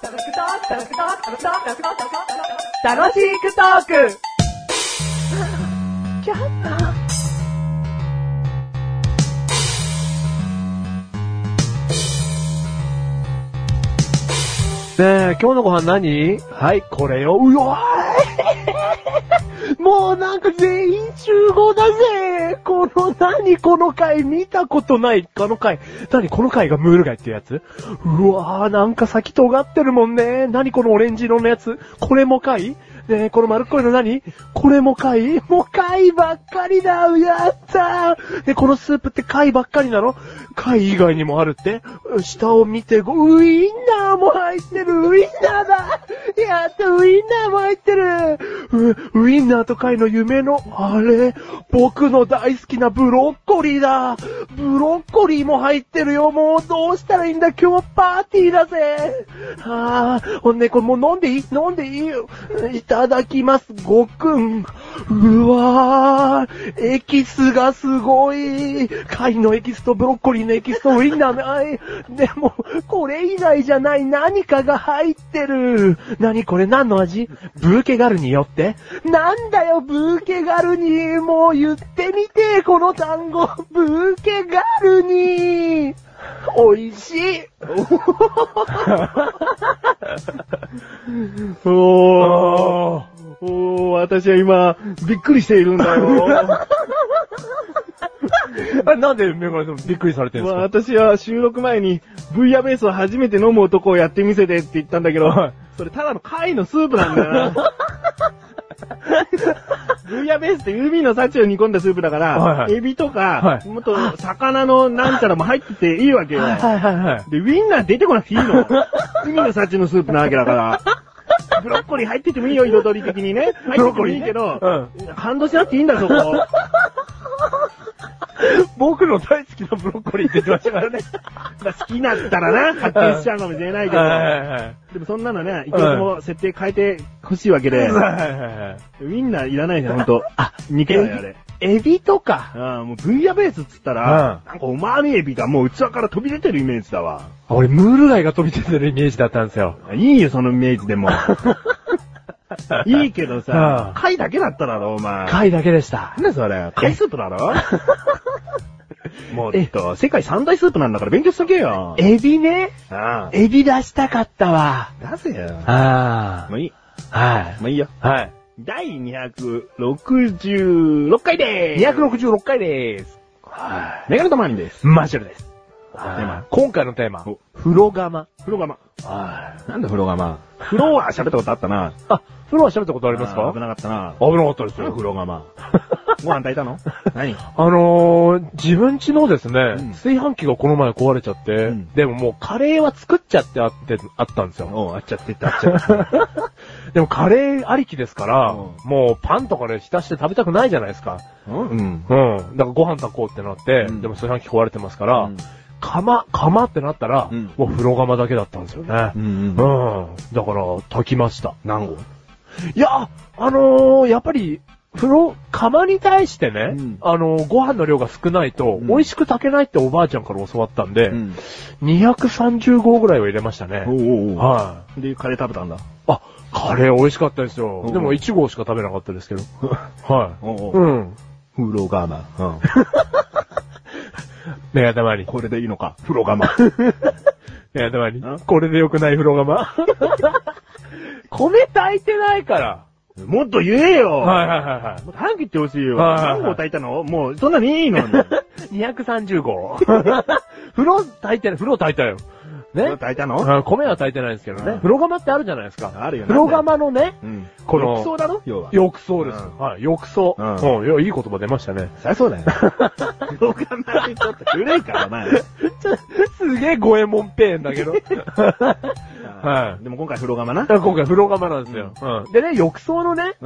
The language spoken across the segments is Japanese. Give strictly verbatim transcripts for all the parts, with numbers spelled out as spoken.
楽しくトークねえ、今日のご飯何？はい、これよ。うわーもうなんか全員集合だぜ。この何この回見たことない。この回。何この回がムール貝ってやつ？うわーなんか先尖ってるもんね。何このオレンジ色のやつ？これも貝？ねえ、この丸っこいの何？これも貝？もう貝ばっかりだ。やったー。で、このスープって貝ばっかりなの？貝以外にもあるって？下を見てご、ウインナーも入ってる。ウインナーだ。やった、ウインナーも入ってる。ウ、ウインナーと貝の夢の、あれ、僕の大好きなブロッコリーだ。ブロッコリーも入ってるよ。もうどうしたらいいんだ。今日はパーティーだぜ。あー、ほんで、これもう飲んでいい？飲んでいいよ。いただきます、ごくん。うわー、エキスがすごい。貝のエキスとブロッコリーのエキスとウインナーの、あい、でも、これ以外じゃない何かが入ってる。何これ何の味？ブーケガルニよって？なんだよ、ブーケガルニ。もう言ってみて、この単語。ブーケガルニ。美味しい。 おー、おー、私は今、びっくりしているんだよ。 なんでメガネさんびっくりされてるんですか？ 私は収録前に、ブイヤベースを初めて飲む男をやってみせてって言ったんだけど、はい、それただの貝のスープなんだよな。ブイヤベースって海の幸を煮込んだスープだから、はいはい、エビとか、はい、もっと魚のなんちゃらも入ってていいわけよ。はいはいはい、で、ウィンナー出てこなくていいの。海の幸のスープなわけだから。ブロッコリー入っててもいいよ、彩り的にね。入っててもいいけど、うん、感動しなくていいんだ、そこ。 僕の大好きなブロッコリーって言ってましたからね。 好きだったらな、発見しちゃうかもしれないけど。でもそんなのね、いくらでも設定変えてほしいわけで。ウィンナーいらないじゃん、ほんと。あ、にけんあれ。 エビとか。 ああ、もうブイヤベースっつったら、なんかおまみエビがもう器から飛び出てるイメージだわ。 俺、ムール貝が飛び出てるイメージだったんですよ。 いいよ、そのイメージでも。いいけどさ、貝だけだっただろ、お前。 貝だけでした。 なんだそれ、貝スープだろもうっと、世界三大スープなんだから勉強しとけよ。 エビね。 ああ。 エビ出したかったわ。 出せよ。 ああ。 もういい。 はい。 もういいよ。 はい。 だいにひゃくろくじゅうろっかいでーす。 にひゃくろくじゅうろっかいでーす。 はい。メガネとマーニーです。 マジュルです。 はい。 今回のテーマ。風呂釜。 風呂釜。 はい。 なんだ風呂釜。風呂は喋ったことあったな。 あ、風呂は喋ったことありますか？ 危なかったな。 危なかったですよ。 風呂釜。ご飯炊いたの？何？ あのー、自分家のですね、うん、炊飯器がこの前壊れちゃって、うん、でももうカレーは作っちゃってあって、あったんですよ。 おう、あっちゃってってあっちゃって。 でもカレーありきですから、もうパンとかで浸して食べたくないじゃないですか。 うん。うん。 だからご飯炊こうってなって、うん、でも炊飯器壊れてますから、うん、釜、釜ってなったら、うん、もう風呂釜だけだったんですよね。うん、うん。うん。だから炊きました。 何合？ いや、あのー、やっぱり、風呂、釜に対してね、うん、あのー、ご飯の量が少ないと、うん、美味しく炊けないっておばあちゃんから教わったんで、うん、にひゃくさんじゅうごうぐらいは入れましたね。 おうおうおう、 はい。 で、カレー食べたんだ。 あ、カレー美味しかったですよ。でもいちごうしか食べなかったですけど。はい。 おうおう、 うん。 風呂釜。うん。 目頭に。 これでいいのか、風呂釜。 目頭に。これでよくない風呂釜。米炊いてないから。 もっと言えよ。 はいはいはいはい。 もっと早く言ってほしいよ。何合炊いたの？もう、そんなにいいのに。 にひゃくさんじゅうごう。風呂炊いてない、風呂炊いたよ。ね。 風呂炊いたの？ 米は炊いてないんですけどね。風呂釜ってあるじゃないですか。 あるよね。 風呂釜のね、 この、浴槽だろ？要は。 浴槽です。はい、浴槽。うん。いい言葉出ましたね。 そりゃそうだよ。風呂釜ってちょっと古いから、お前。 すげえ五右衛門ペーンだけど。 はい。でも今回風呂釜な。 今回風呂釜なんですよ。うん。でね、浴槽のね。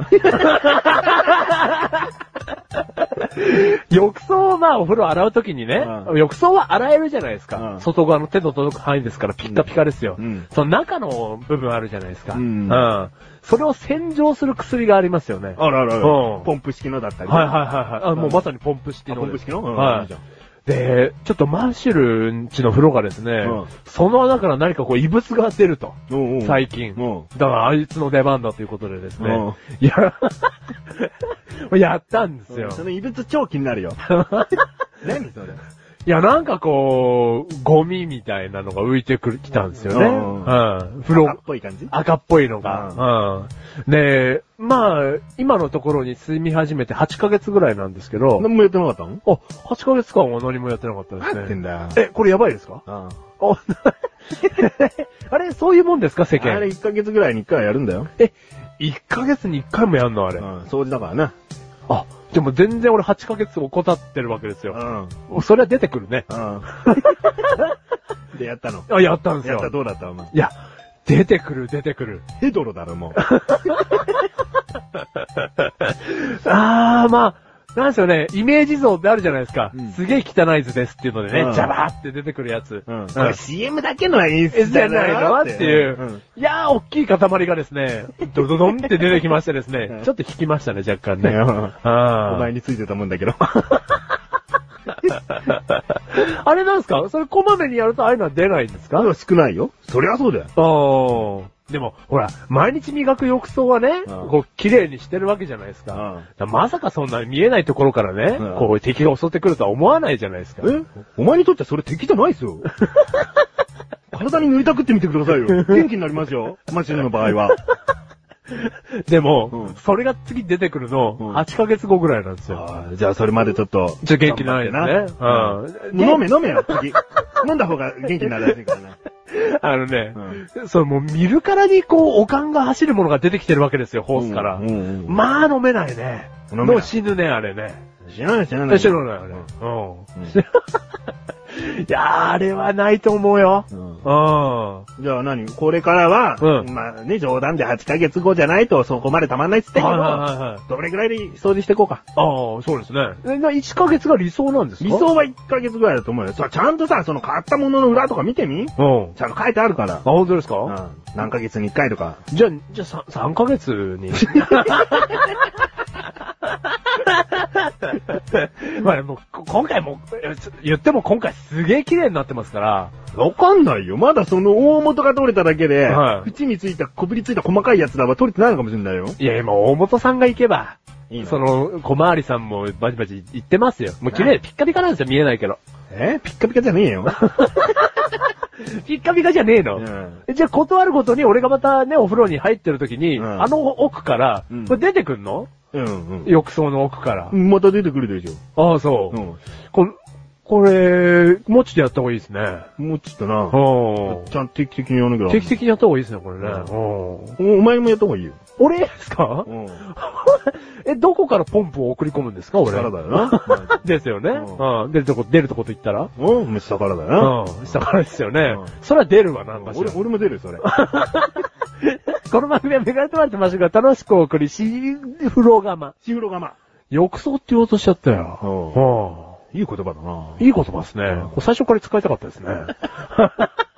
浴槽、まあお風呂洗うときにね、うん、浴槽は洗えるじゃないですか。うん、外側の手の届く範囲ですからピッカピカですよ。うん、その中の部分あるじゃないですか。うん。うん、それを洗浄する薬がありますよね。 あららら。うん。ポンプ式のだったり。 はいはいはいはい。あ、もうまさにポンプ式の。 ポンプ式の？うん、 はい。 で、ちょっとマッシュルんちの風呂がですね、うん、その穴から何かこう異物が出ると。うんうん、最近、うん。だからあいつの出番だということでですね。うん、いや、やったんですよ。 その異物超気になるよ。何それ。 いや、なんかこう、ゴミみたいなのが浮いてくる、きたんですよね。うん。うん、風呂。 赤っぽい感じ？ 赤っぽいのが。うん。で、まあ、今のところに住み始めてはちかげつぐらいなんですけど。 何もやってなかったの？ あ、はちかげつかんは何もやってなかったですね。 やってんだよ。 え、これやばいですか？うん。あれ、そういうもんですか、世間。 あれいっかげつぐらいにいっかいやるんだよ。 え、いっかげつにいっかいもやんのあれ。うん、 掃除だからね。 あ、でも全然俺はちかげつ怠ってるわけですよ。うん。それは出てくるね。うん。 で、やったの？ あ、やったんですよ。 やった、どうだったお前。 いや、出てくる、出てくる。 ヘドロだろ、もう。 あー、まあ、なんですよね、イメージ像ってあるじゃないですか。うん、すげえ汚い図ですっていうのでね、うん、ジャバーって出てくるやつ。 うん。これ シーエム だけの演出じゃないのっていう。うん、いやー、大きい塊がですね、ドドドンって出てきましてですね、ちょっと引きましたね、若干ね。 お前についてたもんだけど。 あれなんですか？それこまめにやるとああいうのは出ないんですか？ 少ないよ。そりゃそうだよ。 ああ。でも、ほら、毎日磨く浴槽はね、うん、こう、綺麗にしてるわけじゃないですか。うん、まさかそんな見えないところからね、うん、こう、敵が襲ってくるとは思わないじゃないですか。 え？お前にとってそれ敵じゃないですよ。体に塗りたくってみてくださいよ。元気になりますよ。マシンの場合は。 でも、うん、それが次出てくるの、はちかげつごぐらいなんですよ。 あじゃあそれまでちょっと。 ちょっと元気ないですね。 うん。飲め飲めよ、次。飲んだ方が元気になるらしいからね。 あのね、うん、そう、もう見るからにこう、おかんが走るものが出てきてるわけですよ、ホースから。うんうんうん、まあ飲めないね。飲めない。もう死ぬね、あれね。 死なない、死なない。 死なない、あれ。うん。うんいやー、あれはないと思うよ。うん。うん、 じゃあ何これからは、うん、まあね、冗談ではちかげつごじゃないとそこまでたまんないっつってんけど、はいはいはい、どれぐらいで掃除していこうか。 ああ、そうですね。え、いっかげつが理想なんですか？ 理想はいっかげつぐらいだと思うよ。さ、ちゃんとさ、その買ったものの裏とか見てみ？うん。ちゃんと書いてあるから。あ、 本当ですか？うん。 何ヶ月にいっかいとか。 じゃあ、じゃあさんかげつに。まあもう、今回も、言っても今回すげえ綺麗になってますから。 わかんないよ。まだその大元が取れただけで、はい、縁についた、こびりついた細かいやつらは取れてないのかもしれないよ。 いや、今大元さんが行けば、いいのその、小回りさんもバチバチ言ってますよ。もう綺麗、ピッカピカなんですよ、見えないけど。 えー、ピッカピカじゃねえよ。 ピッカピカじゃねえの、うん、じゃあ断るごとに俺がまたね、お風呂に入ってる時に、うん、あの奥から、うん、これ出てくんの？うんうん。浴槽の奥から。 また出てくるでしょ。ああ、そう。うん。ここれ、もうちょっとやった方がいいですね。 もうちょっとな。うん。ちゃんと定期的にやらなきゃ。 定期的にやった方がいいですね、これね。 うん。お前もやった方がいいよ。 俺ですか？うん。え、どこからポンプを送り込むんですか、俺。 下からだよな。 ですよね。うん。出るとこ、出るとこと言ったらうん、下からだよな。 うん。下からですよね。それは出るわ、なんかしら。 俺、俺も出るよ、それ。 この番組はめがれてまってましたが、楽しくお送り、シフロガシフロガマ。 浴槽って言おうとしちゃったよ。 うん。いい言葉だな。 いい言葉ですね。最初から使いたかったですね。